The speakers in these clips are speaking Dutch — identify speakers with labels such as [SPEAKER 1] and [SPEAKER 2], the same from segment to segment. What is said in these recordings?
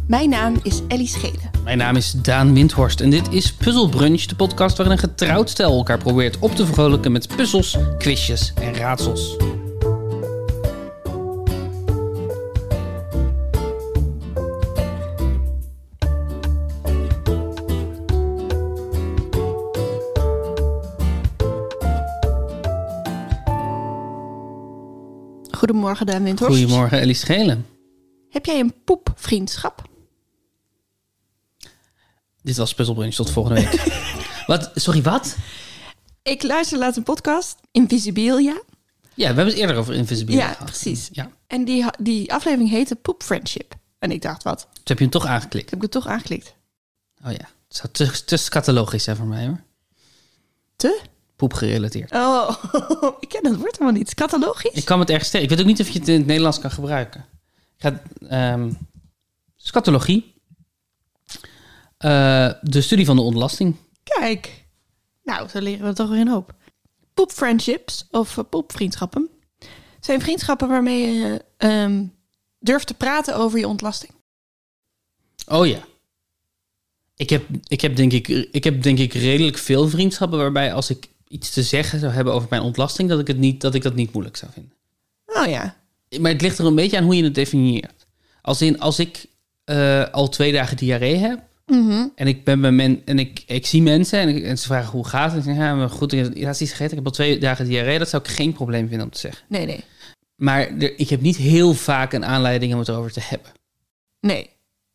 [SPEAKER 1] Mijn naam is Ellie Schelen.
[SPEAKER 2] Mijn naam is Daan Windhorst en dit is Puzzle Brunch, de podcast waarin een getrouwd stel elkaar probeert op te vrolijken met puzzels, quizjes en raadsels.
[SPEAKER 1] Goedemorgen, Daan Windhorst.
[SPEAKER 2] Goedemorgen, Ellie Schelen.
[SPEAKER 1] Heb jij een poepvriendschap?
[SPEAKER 2] Dit was Puzzle Brunch, tot volgende week. Wat? Sorry, wat?
[SPEAKER 1] Ik luisterde laatst een podcast, Invisibilia.
[SPEAKER 2] Ja, we hebben het eerder over Invisibilia
[SPEAKER 1] Ja,
[SPEAKER 2] gehad.
[SPEAKER 1] precies.
[SPEAKER 2] Ja.
[SPEAKER 1] En die aflevering heette Poop Friendship. En ik dacht, wat?
[SPEAKER 2] Dus heb je hem toch aangeklikt?
[SPEAKER 1] Heb ik het toch aangeklikt?
[SPEAKER 2] Oh ja, het zou te scatologisch zijn voor mij hoor.
[SPEAKER 1] Te?
[SPEAKER 2] Poep gerelateerd.
[SPEAKER 1] Oh, ik ken dat woord helemaal niet. Scatologisch?
[SPEAKER 2] Ik kan het ergens tegen. Ik weet ook niet of je het in het Nederlands kan gebruiken. Ik ga, scatologie. De studie van de ontlasting.
[SPEAKER 1] Kijk. Nou, zo leren we toch weer een hoop. Poopfriendships of poepvriendschappen zijn vriendschappen waarmee je durft te praten over je ontlasting.
[SPEAKER 2] Oh ja. Ik heb denk ik redelijk veel vriendschappen waarbij als ik iets te zeggen zou hebben over mijn ontlasting, dat ik dat niet moeilijk zou vinden.
[SPEAKER 1] Oh ja.
[SPEAKER 2] Maar het ligt er een beetje aan hoe je het definieert. Als ik al 2 dagen diarree heb, en ik ben bij ik zie mensen en ze vragen hoe gaat het. En ik zeg, ja, maar goed, ik heb iets gegeten. Ik heb al 2 dagen diarree. Dat zou ik geen probleem vinden om te zeggen.
[SPEAKER 1] Nee.
[SPEAKER 2] Maar ik heb niet heel vaak een aanleiding om het erover te hebben.
[SPEAKER 1] Nee,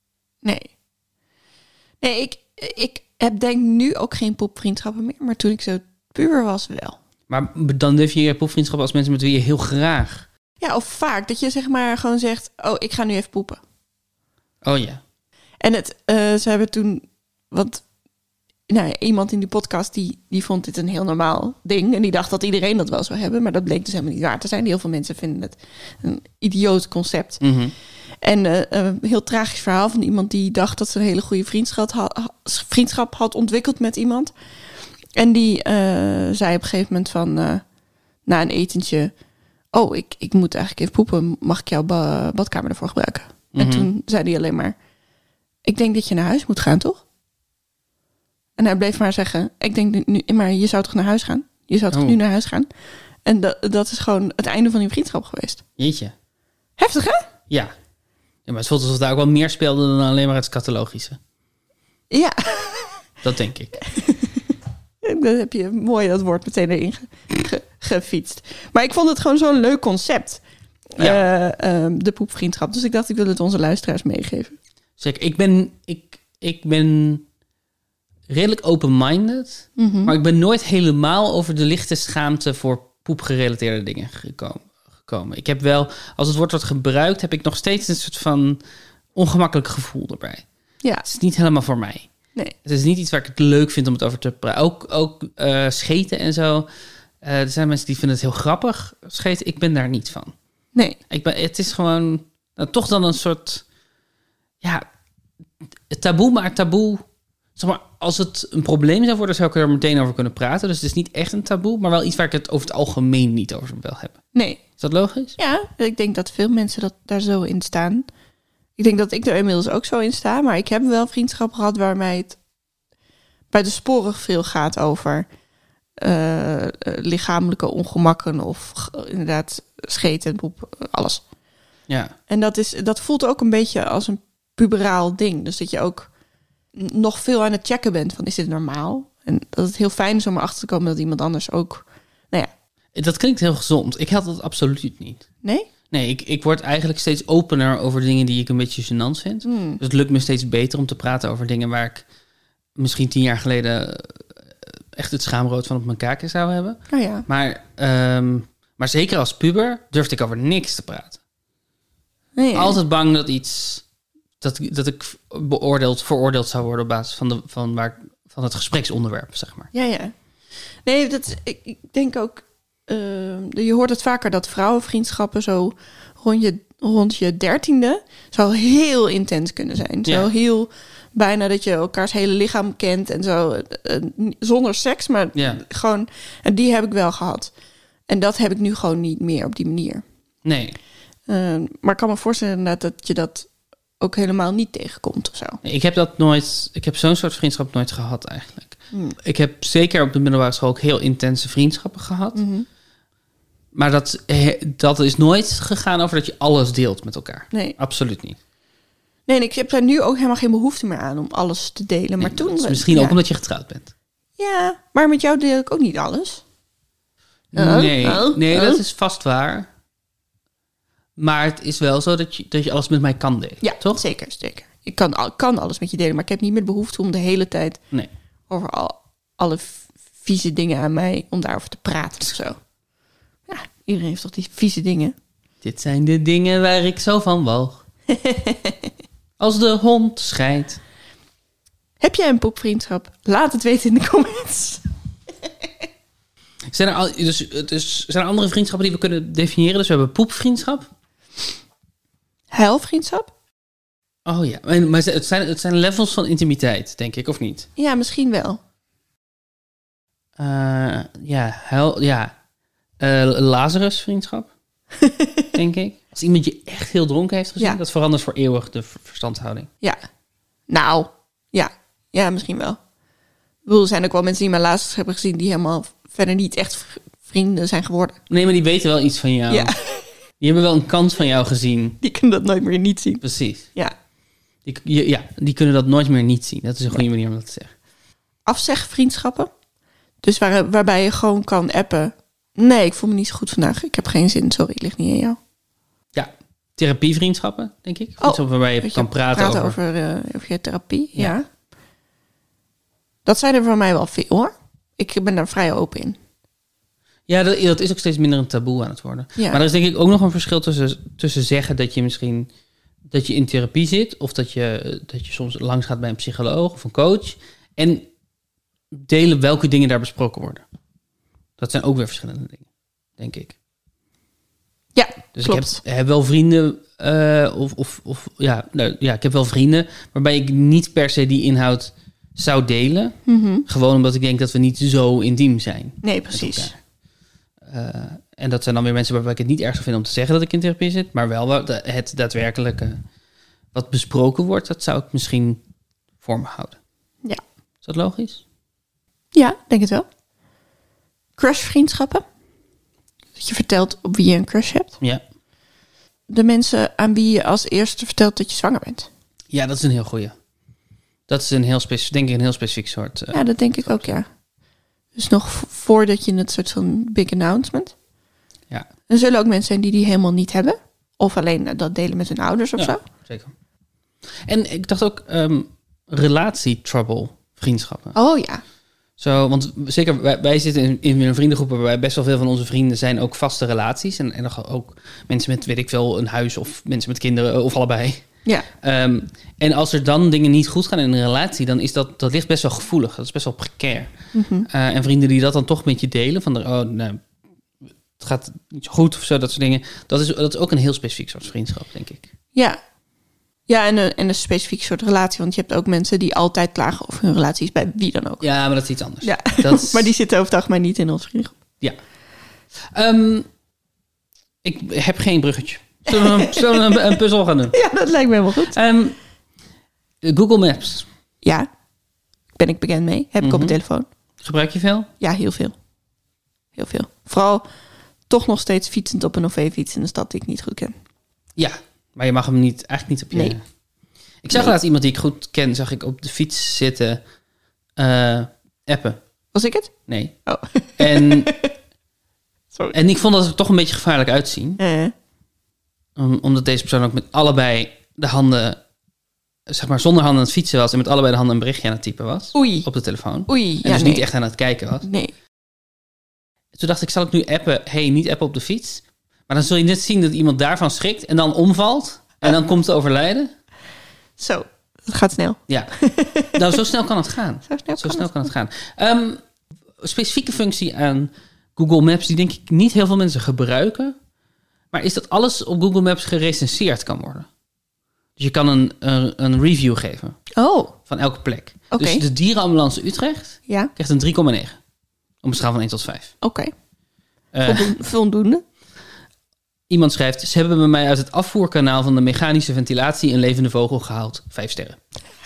[SPEAKER 1] ik heb denk nu ook geen poepvriendschappen meer. Maar toen ik zo puber was wel.
[SPEAKER 2] Maar dan definieer je poepvriendschap als mensen met wie je heel graag...
[SPEAKER 1] Ja, of vaak. Dat je zeg maar gewoon zegt, oh, ik ga nu even poepen.
[SPEAKER 2] Oh ja.
[SPEAKER 1] En ze hebben toen... Want iemand in die podcast die vond dit een heel normaal ding. En die dacht dat iedereen dat wel zou hebben. Maar dat bleek dus helemaal niet waar te zijn. Heel veel mensen vinden het een idioot concept.
[SPEAKER 2] Mm-hmm.
[SPEAKER 1] En een heel tragisch verhaal van iemand die dacht dat ze een hele goede vriendschap had ontwikkeld met iemand. En die zei op een gegeven moment van na een etentje, oh, ik moet eigenlijk even poepen. Mag ik jouw badkamer ervoor gebruiken? En toen zei hij alleen maar, ik denk dat je naar huis moet gaan, toch? En hij bleef maar zeggen, ik denk nu, maar je zou toch naar huis gaan? Je zou toch nu naar huis gaan? En dat is gewoon het einde van die vriendschap geweest.
[SPEAKER 2] Jeetje.
[SPEAKER 1] Heftig, hè?
[SPEAKER 2] Ja. Maar het voelt alsof daar ook wel meer speelde dan alleen maar het scatologische.
[SPEAKER 1] Ja.
[SPEAKER 2] Dat denk ik.
[SPEAKER 1] Dan heb je mooi dat woord meteen erin gefietst. Maar ik vond het gewoon zo'n leuk concept. Ja. De poepvriendschap. Dus ik dacht, ik wil het onze luisteraars meegeven.
[SPEAKER 2] Zeker. Ik ben redelijk open-minded. Mm-hmm. Maar ik ben nooit helemaal over de lichte schaamte voor poepgerelateerde dingen gekomen. Ik heb wel, als het woord wordt gebruikt, heb ik nog steeds een soort van ongemakkelijk gevoel erbij. Ja. Het is niet helemaal voor mij. Nee. Het is niet iets waar ik het leuk vind om het over te praten. Ook scheten en zo. Er zijn mensen die vinden het heel grappig. Scheten, ik ben daar niet van. Nee. Het is gewoon toch dan een soort... Ja, taboe, maar taboe... Zeg maar, als het een probleem zou worden, zou ik er meteen over kunnen praten. Dus het is niet echt een taboe, maar wel iets waar ik het over het algemeen niet over wil hebben. Nee. Is dat logisch?
[SPEAKER 1] Ja, ik denk dat veel mensen daar zo in staan. Ik denk dat ik er inmiddels ook zo in sta. Maar ik heb wel vriendschap gehad waarmee het buitensporig veel gaat over lichamelijke ongemakken of inderdaad scheten en poep, alles. Ja. En dat voelt ook een beetje als een puberaal ding. Dus dat je ook nog veel aan het checken bent van, is dit normaal? En dat het heel fijn is om erachter te komen dat iemand anders ook,
[SPEAKER 2] Dat klinkt heel gezond. Ik had dat absoluut niet.
[SPEAKER 1] Nee?
[SPEAKER 2] Nee, ik word eigenlijk steeds opener over dingen die ik een beetje gênant vind. Dus het lukt me steeds beter om te praten over dingen waar ik misschien 10 jaar geleden echt het schaamrood van op mijn kaken zou hebben.
[SPEAKER 1] Oh ja.
[SPEAKER 2] Maar zeker als puber durfde ik over niks te praten. Nee. Altijd bang dat dat ik veroordeeld zou worden op basis van het gespreksonderwerp, zeg maar.
[SPEAKER 1] Ja. Nee, ik denk ook... je hoort het vaker dat vrouwenvriendschappen zo rond je 13e zou heel intens kunnen zijn. Ja. Zo heel bijna dat je elkaars hele lichaam kent en zo. Zonder seks, maar gewoon... En die heb ik wel gehad. En dat heb ik nu gewoon niet meer op die manier.
[SPEAKER 2] Nee.
[SPEAKER 1] Maar ik kan me voorstellen inderdaad dat je dat ook helemaal niet tegenkomt of zo.
[SPEAKER 2] Ik heb zo'n soort vriendschap nooit gehad eigenlijk. Ik heb zeker op de middelbare school ook heel intense vriendschappen gehad.
[SPEAKER 1] Mm-hmm.
[SPEAKER 2] Maar dat is nooit gegaan over dat je alles deelt met elkaar.
[SPEAKER 1] Nee.
[SPEAKER 2] Absoluut niet.
[SPEAKER 1] Nee, en ik heb daar nu ook helemaal geen behoefte meer aan om alles te delen. Maar toen...
[SPEAKER 2] Dat is misschien ook omdat je getrouwd bent.
[SPEAKER 1] Ja, maar met jou deel ik ook niet alles.
[SPEAKER 2] Nee, dat is vast waar. Maar het is wel zo dat je alles met mij kan delen,
[SPEAKER 1] Ja,
[SPEAKER 2] toch?
[SPEAKER 1] zeker. Ik kan alles met je delen, maar ik heb niet meer behoefte om de hele tijd over alle vieze dingen aan mij, om daarover te praten of zo. Ja, iedereen heeft toch die vieze dingen?
[SPEAKER 2] Dit zijn de dingen waar ik zo van walg. Als de hond scheidt.
[SPEAKER 1] Heb jij een poepvriendschap? Laat het weten in de comments.
[SPEAKER 2] Zijn er andere vriendschappen die we kunnen definiëren? Dus we hebben poepvriendschap.
[SPEAKER 1] Huilvriendschap?
[SPEAKER 2] Oh ja, maar het zijn levels van intimiteit, denk ik, of niet?
[SPEAKER 1] Ja, misschien wel.
[SPEAKER 2] Lazarus-vriendschap, denk ik. Als iemand je echt heel dronken heeft gezien, dat verandert voor eeuwig de verstandhouding.
[SPEAKER 1] Ja, nou, ja, misschien wel. Ik bedoel, er zijn ook wel mensen die mij laatst hebben gezien die helemaal verder niet echt vrienden zijn geworden.
[SPEAKER 2] Nee, maar die weten wel iets van jou. Ja. Die hebben wel een kant van jou gezien.
[SPEAKER 1] Die kunnen dat nooit meer niet zien.
[SPEAKER 2] Precies.
[SPEAKER 1] Ja.
[SPEAKER 2] Die kunnen dat nooit meer niet zien. Dat is een goede manier om dat te zeggen.
[SPEAKER 1] Afzegvriendschappen. Dus waarbij je gewoon kan appen. Nee, ik voel me niet zo goed vandaag. Ik heb geen zin. Sorry, het ligt niet aan jou.
[SPEAKER 2] Ja, therapievriendschappen, denk ik. Waarbij je kan praten
[SPEAKER 1] over je therapie. Ja. Dat zijn er voor mij wel veel, hoor. Ik ben daar vrij open in.
[SPEAKER 2] Ja, dat is ook steeds minder een taboe aan het worden.
[SPEAKER 1] Ja.
[SPEAKER 2] Maar er is denk ik ook nog een verschil tussen zeggen dat je misschien dat je in therapie zit, of dat je soms langs gaat bij een psycholoog of een coach, en delen welke dingen daar besproken worden. Dat zijn ook weer verschillende dingen, denk ik.
[SPEAKER 1] Ja,
[SPEAKER 2] dus
[SPEAKER 1] klopt.
[SPEAKER 2] Ik heb wel vrienden, ik heb wel vrienden waarbij ik niet per se die inhoud zou delen.
[SPEAKER 1] Mm-hmm.
[SPEAKER 2] Gewoon omdat ik denk dat we niet zo intiem zijn.
[SPEAKER 1] Nee, precies.
[SPEAKER 2] En dat zijn dan weer mensen waarbij ik het niet erg zou vinden om te zeggen dat ik in therapie zit, maar wel het daadwerkelijke wat besproken wordt, dat zou ik misschien voor me houden.
[SPEAKER 1] Ja.
[SPEAKER 2] Is dat logisch?
[SPEAKER 1] Ja, denk het wel. Crushvriendschappen. Dat je vertelt op wie je een crush hebt.
[SPEAKER 2] Ja.
[SPEAKER 1] De mensen aan wie je als eerste vertelt dat je zwanger bent.
[SPEAKER 2] Ja, dat is een heel goeie. Dat is een heel specifiek soort.
[SPEAKER 1] Ja, dat denk ik ook, ja. Dus nog voordat je het soort van big announcement.
[SPEAKER 2] Ja.
[SPEAKER 1] Er zullen ook mensen zijn die helemaal niet hebben. Of alleen dat delen met hun ouders of zo.
[SPEAKER 2] Zeker. En ik dacht ook relatietrouble vriendschappen.
[SPEAKER 1] Oh ja.
[SPEAKER 2] Zo, want zeker wij zitten in een vriendengroep waarbij best wel veel van onze vrienden zijn ook vaste relaties. En nog ook mensen met, weet ik veel, een huis of mensen met kinderen of allebei.
[SPEAKER 1] Ja.
[SPEAKER 2] En als er dan dingen niet goed gaan in een relatie, dan is dat ligt best wel gevoelig. Dat is best wel precair.
[SPEAKER 1] Mm-hmm.
[SPEAKER 2] En vrienden die dat dan toch met je delen, van het gaat niet zo goed of zo, dat soort dingen. Dat is ook een heel specifiek soort vriendschap, denk ik.
[SPEAKER 1] Ja. Ja, en een specifiek soort relatie. Want je hebt ook mensen die altijd klagen over hun relaties bij wie dan ook.
[SPEAKER 2] Ja, maar dat is iets anders.
[SPEAKER 1] Ja.
[SPEAKER 2] Dat is...
[SPEAKER 1] Maar die zitten over het algemeen niet in onze vriendgroep.
[SPEAKER 2] Ja. Ik heb geen bruggetje. Zullen we een puzzel gaan doen?
[SPEAKER 1] Ja, dat lijkt me helemaal goed.
[SPEAKER 2] Google Maps.
[SPEAKER 1] Ja, ben ik bekend mee. Heb ik op mijn telefoon.
[SPEAKER 2] Gebruik je veel?
[SPEAKER 1] Ja, heel veel. Heel veel. Vooral toch nog steeds fietsend op een OV-fiets in een stad die ik niet goed ken.
[SPEAKER 2] Ja, maar je mag hem eigenlijk niet op je...
[SPEAKER 1] Nee.
[SPEAKER 2] Ik zag laatst iemand die ik goed ken, zag ik op de fiets zitten appen.
[SPEAKER 1] Was ik het?
[SPEAKER 2] Nee.
[SPEAKER 1] Oh. Sorry.
[SPEAKER 2] En ik vond dat er toch een beetje gevaarlijk uitzien. Omdat deze persoon ook met allebei de handen, zeg maar zonder handen aan het fietsen was en met allebei de handen een berichtje aan het typen was.
[SPEAKER 1] Oei.
[SPEAKER 2] Op de telefoon.
[SPEAKER 1] Oei.
[SPEAKER 2] En dus niet echt aan het kijken was.
[SPEAKER 1] Nee.
[SPEAKER 2] Toen dacht ik, zal ik nu appen? Hey, niet appen op de fiets. Maar dan zul je net zien dat iemand daarvan schrikt en dan omvalt. En dan komt het overlijden.
[SPEAKER 1] Zo, het gaat snel.
[SPEAKER 2] Ja. Nou, zo snel kan het gaan.
[SPEAKER 1] Zo snel
[SPEAKER 2] kan het gaan. Specifieke functie aan Google Maps die denk ik niet heel veel mensen gebruiken. Maar is dat alles op Google Maps gerecenseerd kan worden. Dus je kan een review geven.
[SPEAKER 1] Oh.
[SPEAKER 2] Van elke plek.
[SPEAKER 1] Okay.
[SPEAKER 2] Dus de dierenambulance Utrecht krijgt een 3,9. Op een schaal van 1 tot 5.
[SPEAKER 1] Oké. Voldoende?
[SPEAKER 2] Iemand schrijft... Ze hebben bij mij uit het afvoerkanaal van de mechanische ventilatie... een levende vogel gehaald. 5 sterren.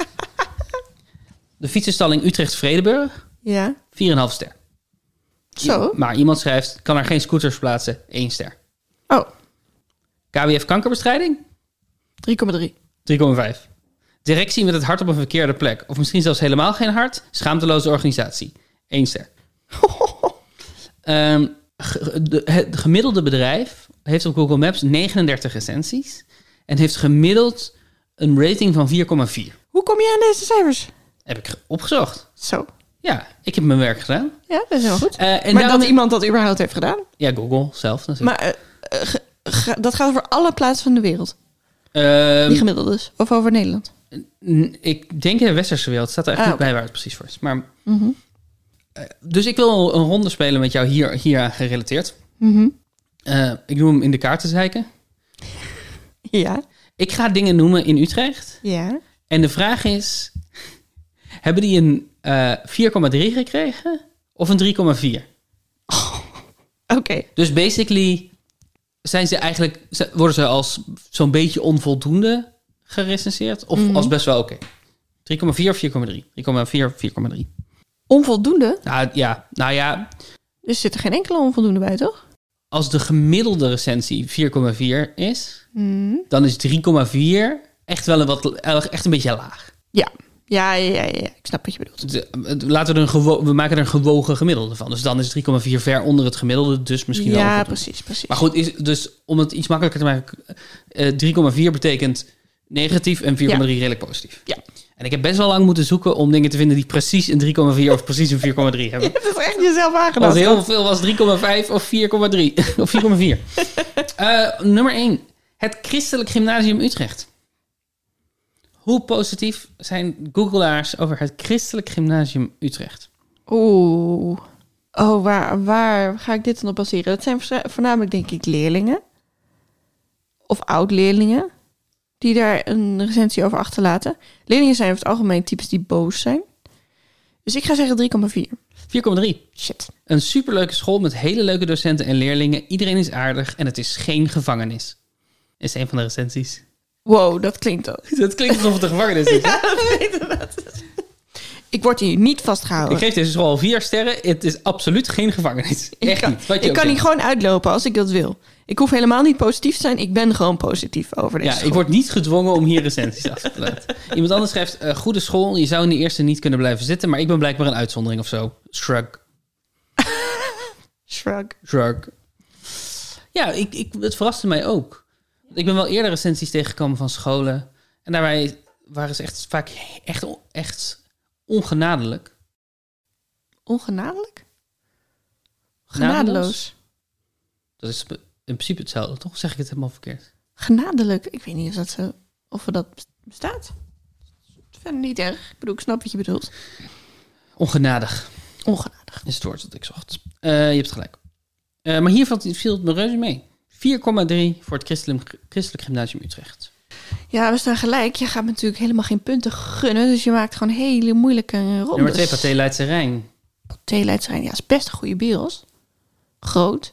[SPEAKER 2] De fietsenstalling Utrecht-Vredenburg.
[SPEAKER 1] Ja.
[SPEAKER 2] 4,5 ster.
[SPEAKER 1] Zo.
[SPEAKER 2] Maar iemand schrijft... Kan er geen scooters plaatsen. 1 ster.
[SPEAKER 1] Oh, 3,5.
[SPEAKER 2] KWF kankerbestrijding. 3,5. Directie met het hart op een verkeerde plek. Of misschien zelfs helemaal geen hart. Schaamteloze organisatie. 1 ster. Het gemiddelde bedrijf heeft op Google Maps 39 recensies. En heeft gemiddeld een rating van 4,4.
[SPEAKER 1] Hoe kom je aan deze cijfers?
[SPEAKER 2] Heb ik opgezocht.
[SPEAKER 1] Zo.
[SPEAKER 2] Ja, ik heb mijn werk gedaan.
[SPEAKER 1] Ja, dat is heel goed.
[SPEAKER 2] En
[SPEAKER 1] Maar
[SPEAKER 2] daarom-
[SPEAKER 1] dat iemand dat überhaupt heeft gedaan?
[SPEAKER 2] Ja, Google zelf natuurlijk.
[SPEAKER 1] Maar dat gaat over alle plaatsen van de wereld.
[SPEAKER 2] Maar
[SPEAKER 1] Die gemiddeld dus. Of over Nederland.
[SPEAKER 2] ik denk in de westerse wereld. Het staat er echt niet
[SPEAKER 1] oké.
[SPEAKER 2] bij waar het precies voor is. Maar, dus ik wil een ronde spelen met jou hieraan gerelateerd. Ik doe hem in de kaarten zeiken.
[SPEAKER 1] Ja.
[SPEAKER 2] Ik ga dingen noemen in Utrecht.
[SPEAKER 1] Ja.
[SPEAKER 2] En de vraag is... Hebben die een 4,3 gekregen? Of een 3,4?
[SPEAKER 1] Oké.
[SPEAKER 2] Dus basically worden ze als zo'n beetje onvoldoende gerecenseerd? Of als best wel oké? 3,4 of 4,3? 3,4, 4,3.
[SPEAKER 1] Onvoldoende?
[SPEAKER 2] Nou ja,
[SPEAKER 1] Dus zit er geen enkele onvoldoende bij, toch?
[SPEAKER 2] als de gemiddelde recensie 4,4 is... dan is 3,4 echt wel echt een beetje laag.
[SPEAKER 1] Ja. Ja. Ik snap wat je bedoelt.
[SPEAKER 2] We maken er een gewogen gemiddelde van. Dus dan is 3,4 ver onder het gemiddelde. Dus misschien wel.
[SPEAKER 1] Ja,
[SPEAKER 2] onvoldoende.
[SPEAKER 1] precies.
[SPEAKER 2] Maar goed, dus om het iets makkelijker te maken... 3,4 betekent negatief en 4,3 redelijk positief.
[SPEAKER 1] Ja.
[SPEAKER 2] En ik heb best wel lang moeten zoeken om dingen te vinden die precies een 3,4 of precies een 4,3 hebben.
[SPEAKER 1] Je hebt het echt jezelf aangedaan.
[SPEAKER 2] Want heel veel was 3,5 of 4,3 of 4,4. Nummer 1. Het Christelijk Gymnasium Utrecht. Hoe positief zijn Googelaars over het Christelijk Gymnasium Utrecht?
[SPEAKER 1] Oeh. Oh, waar ga ik dit dan op baseren? Dat zijn voornamelijk, denk ik, leerlingen. Of oud-leerlingen. Die daar een recensie over achterlaten. Leerlingen zijn over het algemeen types die boos zijn. Dus ik ga zeggen 3,4.
[SPEAKER 2] 4,3.
[SPEAKER 1] Shit.
[SPEAKER 2] Een superleuke school met hele leuke docenten en leerlingen. Iedereen is aardig en het is geen gevangenis. Is een van de recensies.
[SPEAKER 1] Wow, dat klinkt ook.
[SPEAKER 2] Dat klinkt alsof het een gevangenis is.
[SPEAKER 1] Ja, dat weet ik dat. Ik word hier niet vastgehouden.
[SPEAKER 2] Ik geef deze school 4 sterren. Het is absoluut geen gevangenis. Echt niet. Wat je
[SPEAKER 1] Ik
[SPEAKER 2] ook
[SPEAKER 1] kan hier
[SPEAKER 2] denkt.
[SPEAKER 1] gewoon uitlopen als ik dat wil. Ik hoef helemaal niet positief te zijn. Ik ben gewoon positief over deze
[SPEAKER 2] Ja,
[SPEAKER 1] school.
[SPEAKER 2] ik word niet gedwongen om hier recensies af te laten. Iemand anders schrijft... goede school, je zou in de eerste niet kunnen blijven zitten... maar ik ben blijkbaar een uitzondering of zo. Shrug.
[SPEAKER 1] Shrug.
[SPEAKER 2] Ja, het verraste mij ook. Ik ben wel eerder recensies tegengekomen van scholen... en daarbij waren ze echt vaak echt ongenadelijk.
[SPEAKER 1] Ongenadelijk?
[SPEAKER 2] Genadeloos?
[SPEAKER 1] Genadeloos.
[SPEAKER 2] Dat is in principe hetzelfde, toch? Zeg ik het helemaal verkeerd?
[SPEAKER 1] Genadelijk. Ik weet niet of dat bestaat. Verder niet erg. Ik bedoel, ik snap wat je bedoelt.
[SPEAKER 2] Ongenadig
[SPEAKER 1] Ongenadig.
[SPEAKER 2] is het woord dat ik zocht. Je hebt gelijk. Maar hier viel het me reuze mee. 4,3 voor het Christelijk Gymnasium Utrecht.
[SPEAKER 1] Ja, we staan gelijk. Je gaat me natuurlijk helemaal geen punten gunnen. Dus je maakt gewoon hele moeilijke rondes.
[SPEAKER 2] Nummer 2, Pathé Leidse Rijn.
[SPEAKER 1] Pathé Leidse Rijn. Ja, is best een goede bios. Groot.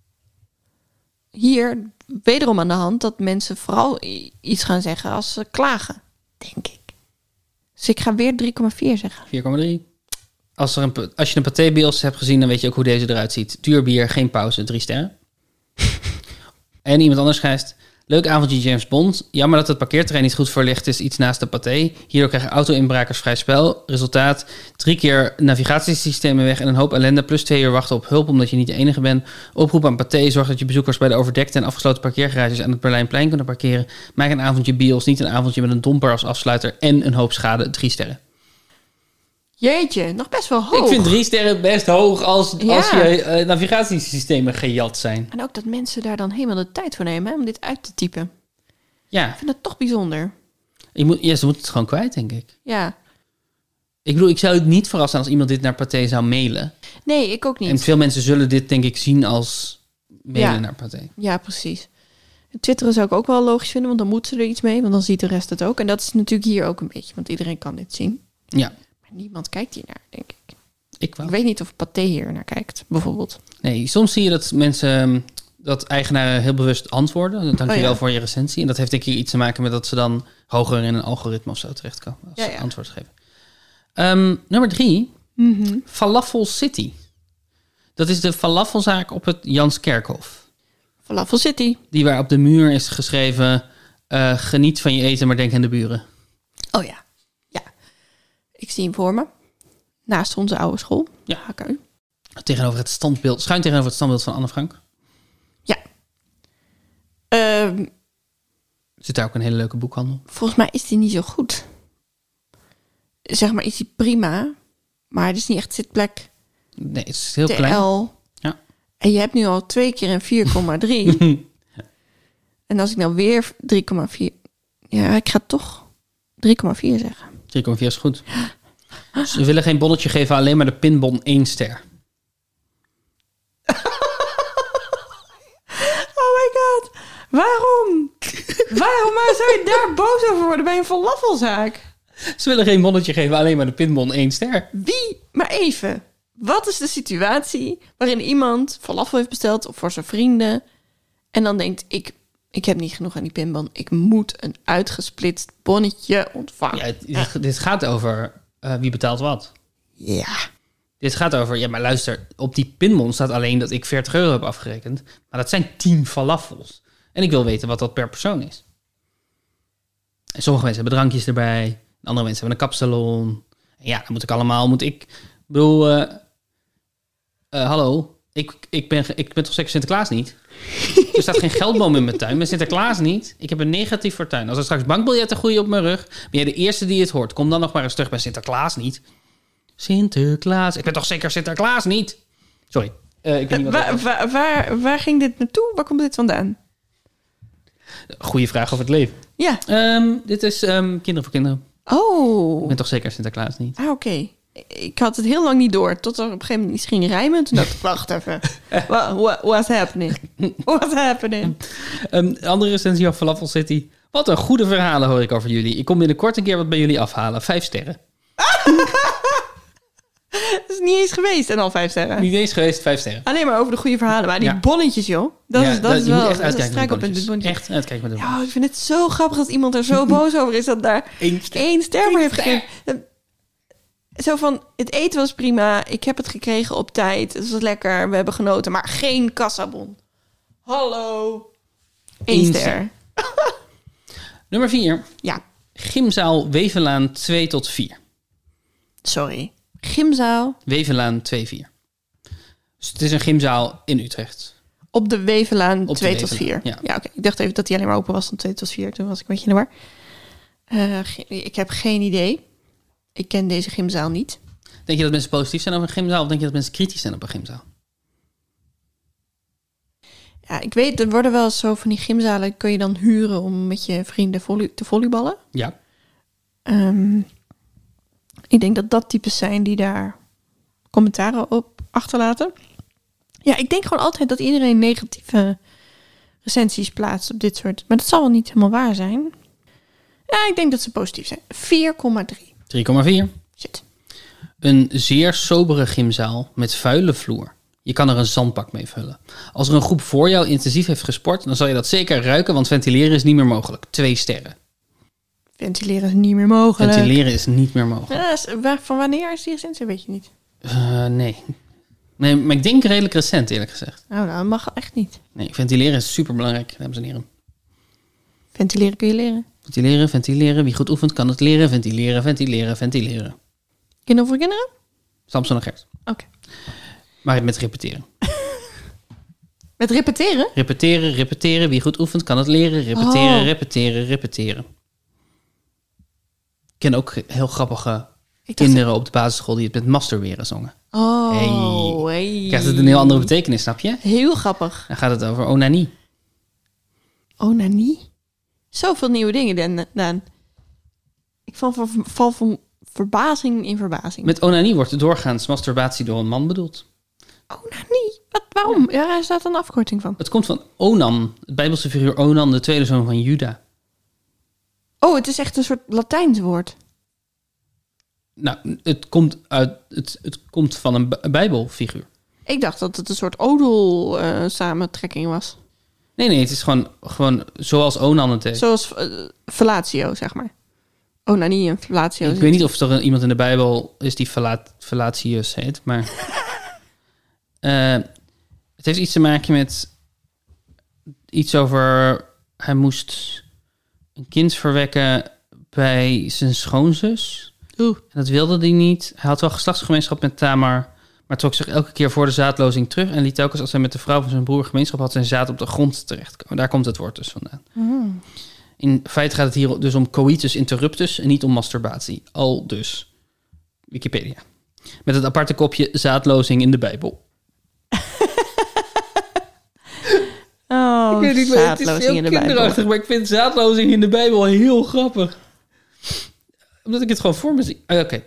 [SPEAKER 1] Hier wederom aan de hand dat mensen vooral iets gaan zeggen als ze klagen. Denk ik. Dus ik ga weer 3,4 zeggen.
[SPEAKER 2] 4,3. Als je een Pathé-bios hebt gezien, dan weet je ook hoe deze eruit ziet. Duur bier, geen pauze, 3 sterren. En iemand anders schrijft... Leuk avondje James Bond. Jammer dat het parkeerterrein niet goed verlicht is, iets naast de Pathé. Hierdoor krijgen auto-inbrakers vrij spel. Resultaat, 3 keer navigatiesystemen weg en een hoop ellende... plus 2 uur wachten op hulp omdat je niet de enige bent. Oproep aan Pathé, zorg dat je bezoekers bij de overdekte... en afgesloten parkeergarages aan het Berlijnplein kunnen parkeren. Maak een avondje bios, niet een avondje met een domper als afsluiter... en een hoop schade, 3 sterren.
[SPEAKER 1] Jeetje, nog best wel hoog.
[SPEAKER 2] Ik vind 3 sterren best hoog als
[SPEAKER 1] Ja.
[SPEAKER 2] je navigatiesystemen gejat zijn.
[SPEAKER 1] En ook dat mensen daar dan helemaal de tijd voor nemen hè, om dit uit te typen.
[SPEAKER 2] Ja,
[SPEAKER 1] Ik vind dat toch bijzonder.
[SPEAKER 2] ze moeten het gewoon kwijt, denk ik.
[SPEAKER 1] Ja.
[SPEAKER 2] Ik bedoel, ik zou het niet verrassen als iemand dit naar Pathé zou mailen.
[SPEAKER 1] Nee, ik ook niet.
[SPEAKER 2] En veel mensen zullen dit, denk ik, zien als mailen
[SPEAKER 1] Ja.
[SPEAKER 2] naar Pathé.
[SPEAKER 1] Ja, precies. Twitteren zou ik ook wel logisch vinden, want dan moeten ze er iets mee. Want dan ziet de rest het ook. En dat is natuurlijk hier ook een beetje, want iedereen kan dit zien.
[SPEAKER 2] Ja,
[SPEAKER 1] Maar niemand kijkt hier naar, denk ik.
[SPEAKER 2] ik wel.
[SPEAKER 1] Ik weet niet of Pathé hier naar kijkt, bijvoorbeeld.
[SPEAKER 2] Nee, soms zie je dat mensen dat eigenaren heel bewust antwoorden. Dank je wel
[SPEAKER 1] ja.
[SPEAKER 2] voor je recensie. En dat heeft denk ik iets te maken met dat ze dan hoger in een algoritme of zo terechtkomen. Als ze antwoord geven. Nummer 3. Falafel City. Dat is de falafelzaak op het Janskerkhof.
[SPEAKER 1] Falafel City.
[SPEAKER 2] Die waar op de muur is geschreven... geniet van je eten, maar denk aan de buren.
[SPEAKER 1] Oh ja. Ja. Ik zie hem voor me. Naast onze oude school.
[SPEAKER 2] Ja.
[SPEAKER 1] HKU.
[SPEAKER 2] Tegenover het standbeeld, schuin tegenover het standbeeld van Anne Frank.
[SPEAKER 1] Ja.
[SPEAKER 2] Zit daar ook een hele leuke boekhandel.
[SPEAKER 1] Volgens mij is die niet zo goed. Zeg maar, is die prima. Maar het is niet echt zitplek.
[SPEAKER 2] Nee, het is heel
[SPEAKER 1] TL.
[SPEAKER 2] klein. Ja.
[SPEAKER 1] En je hebt nu al 2 keer een 4,3. En als ik nou weer 3,4... Ja, ik ga toch 3,4 zeggen.
[SPEAKER 2] 3,4 is goed. Ze willen geen bonnetje geven, alleen maar de pinbon 1 ster.
[SPEAKER 1] Oh my god. Waarom? Waarom zou je daar boos over worden bij een falafelzaak?
[SPEAKER 2] Ze willen geen bonnetje geven, alleen maar de pinbon 1 ster.
[SPEAKER 1] Wie? Maar even. Wat is de situatie waarin iemand falafel heeft besteld of voor zijn vrienden en dan denkt, ik heb niet genoeg aan die pinbon. Ik moet een uitgesplitst bonnetje ontvangen.
[SPEAKER 2] Ja, dit gaat over wie betaalt wat.
[SPEAKER 1] Ja.
[SPEAKER 2] Dit gaat over, ja maar luister, op die pinbon staat alleen dat ik €40 heb afgerekend. Maar dat zijn 10 falafels. En ik wil weten wat dat per persoon is. En sommige mensen hebben drankjes erbij. Andere mensen hebben een kapsalon. En ja, dan moet ik bedoel, hallo, ik ben toch zeker Sinterklaas niet? Er staat geen geldboom in mijn tuin, maar Sinterklaas niet. Ik heb een negatief fortuin. Als er straks bankbiljetten groeien op mijn rug, ben jij de eerste die het hoort. Kom dan nog maar eens terug bij Sinterklaas niet. Sinterklaas, ik ben toch zeker Sinterklaas niet? Sorry. Ik weet niet wat
[SPEAKER 1] Waar ging dit naartoe? Waar komt dit vandaan?
[SPEAKER 2] Goeie vraag over het leven.
[SPEAKER 1] Ja.
[SPEAKER 2] Dit is Kinderen voor Kinderen.
[SPEAKER 1] Oh.
[SPEAKER 2] Ik ben toch zeker Sinterklaas niet?
[SPEAKER 1] Ah, oké. Ik had het heel lang niet door, tot er op een gegeven moment iets ging rijmen. Toen dacht ik, wacht even. What's happening? What's happening?
[SPEAKER 2] Andere recensie of Falafel City. Wat een goede verhalen hoor ik over jullie. Ik kom binnenkort een keer wat bij jullie afhalen. 5 sterren.
[SPEAKER 1] Dat is niet eens geweest en al 5 sterren.
[SPEAKER 2] Niet eens geweest, 5 sterren.
[SPEAKER 1] Alleen maar over de goede verhalen. Maar die bonnetjes, joh. Dat is wel
[SPEAKER 2] echt uitkijken met
[SPEAKER 1] op
[SPEAKER 2] bonnetjes.
[SPEAKER 1] het bonnetje.
[SPEAKER 2] Echt uitkijken met de
[SPEAKER 1] Ja, ik vind het zo grappig dat iemand er zo boos over is dat daar 1 ster voor heeft gegeven. Zo van, het eten was prima. Ik heb het gekregen op tijd. Het was lekker. We hebben genoten. Maar geen kassabon. Hallo. 1 ster.
[SPEAKER 2] Nummer 4.
[SPEAKER 1] Ja.
[SPEAKER 2] Gymzaal Wevelaan 2 tot 4.
[SPEAKER 1] Sorry. Gymzaal.
[SPEAKER 2] Wevelaan 2-4. Dus het is een gymzaal in Utrecht.
[SPEAKER 1] Op de Wevelaan
[SPEAKER 2] Op
[SPEAKER 1] 2
[SPEAKER 2] de
[SPEAKER 1] tot 4.
[SPEAKER 2] Wevelaan,
[SPEAKER 1] Ja, oké. Ik dacht even dat die alleen maar open was van 2 tot 4. Toen was ik een beetje in de war. Ik heb geen idee. Ik ken deze gymzaal niet.
[SPEAKER 2] Denk je dat mensen positief zijn over een gymzaal? Of denk je dat mensen kritisch zijn op een gymzaal?
[SPEAKER 1] Ja, ik weet, er worden wel eens zo van die gymzalen kun je dan huren om met je vrienden te volleyballen.
[SPEAKER 2] Ja.
[SPEAKER 1] Ik denk dat dat types zijn die daar commentaren op achterlaten. Ja, ik denk gewoon altijd dat iedereen negatieve recensies plaatst op dit soort. Maar dat zal wel niet helemaal waar zijn. Ja, ik denk dat ze positief zijn. 4,3.
[SPEAKER 2] 3,4.
[SPEAKER 1] Shit.
[SPEAKER 2] Een zeer sobere gymzaal met vuile vloer. Je kan er een zandbak mee vullen. Als er een groep voor jou intensief heeft gesport, dan zal je dat zeker ruiken, want ventileren is niet meer mogelijk. 2 sterren.
[SPEAKER 1] Ventileren is niet meer mogelijk.
[SPEAKER 2] Ventileren is niet meer mogelijk.
[SPEAKER 1] Ja, van wanneer is die recensie? Weet je niet.
[SPEAKER 2] Nee. Nee, maar ik denk redelijk recent, eerlijk gezegd.
[SPEAKER 1] Nou, dat mag echt niet.
[SPEAKER 2] Nee, ventileren is superbelangrijk, dames en heren.
[SPEAKER 1] Ventileren kun je leren.
[SPEAKER 2] Ventileren, ventileren. Wie goed oefent, kan het leren. Ventileren, ventileren, ventileren.
[SPEAKER 1] Kinderen voor kinderen?
[SPEAKER 2] Samson en Gert.
[SPEAKER 1] Oké.
[SPEAKER 2] Maar met repeteren.
[SPEAKER 1] Met repeteren?
[SPEAKER 2] Repeteren, repeteren. Wie goed oefent, kan het leren. Repeteren, repeteren, repeteren. Ik ken ook heel grappige kinderen op de basisschool die het met masturberen zongen.
[SPEAKER 1] Oh, hey.
[SPEAKER 2] Krijgt het een heel andere betekenis, snap je?
[SPEAKER 1] Heel grappig.
[SPEAKER 2] Dan gaat het over onanie.
[SPEAKER 1] Onanie? Zoveel nieuwe dingen, Daan. Ik val van verbazing in verbazing.
[SPEAKER 2] Met onanie wordt doorgaans masturbatie door een man bedoeld.
[SPEAKER 1] Onanie? Waarom? Ja, daar staat een afkorting van.
[SPEAKER 2] Het komt van Onan, het Bijbelse figuur Onan, de tweede zoon van Juda.
[SPEAKER 1] Oh, het is echt een soort Latijns woord.
[SPEAKER 2] Nou, het komt van een Bijbelfiguur.
[SPEAKER 1] Ik dacht dat het een soort odel samentrekking was.
[SPEAKER 2] Nee, het is gewoon zoals Onan het heeft.
[SPEAKER 1] Zoals fellatio, zeg maar. Onanie en fellatio.
[SPEAKER 2] Ik weet niet of er iemand in de Bijbel is die Fellatius heet, maar... het heeft iets te maken met... Iets over... Hij moest een kind verwekken bij zijn schoonzus.
[SPEAKER 1] Oeh.
[SPEAKER 2] En dat wilde hij niet. Hij had wel geslachtsgemeenschap met Tamar... maar trok zich elke keer voor de zaadlozing terug... en liet telkens als hij met de vrouw van zijn broer gemeenschap had... zijn zaad op de grond terechtkomen. Daar komt het woord dus vandaan.
[SPEAKER 1] Mm.
[SPEAKER 2] In feite gaat het hier dus om coitus interruptus... en niet om masturbatie. Al dus. Wikipedia. Met het aparte kopje zaadlozing in de Bijbel.
[SPEAKER 1] Oh,
[SPEAKER 2] Ik weet niet, het is heel kinderachtig... maar ik vind zaadlozing in de Bijbel heel grappig. Omdat ik het gewoon voor me zie. Oké.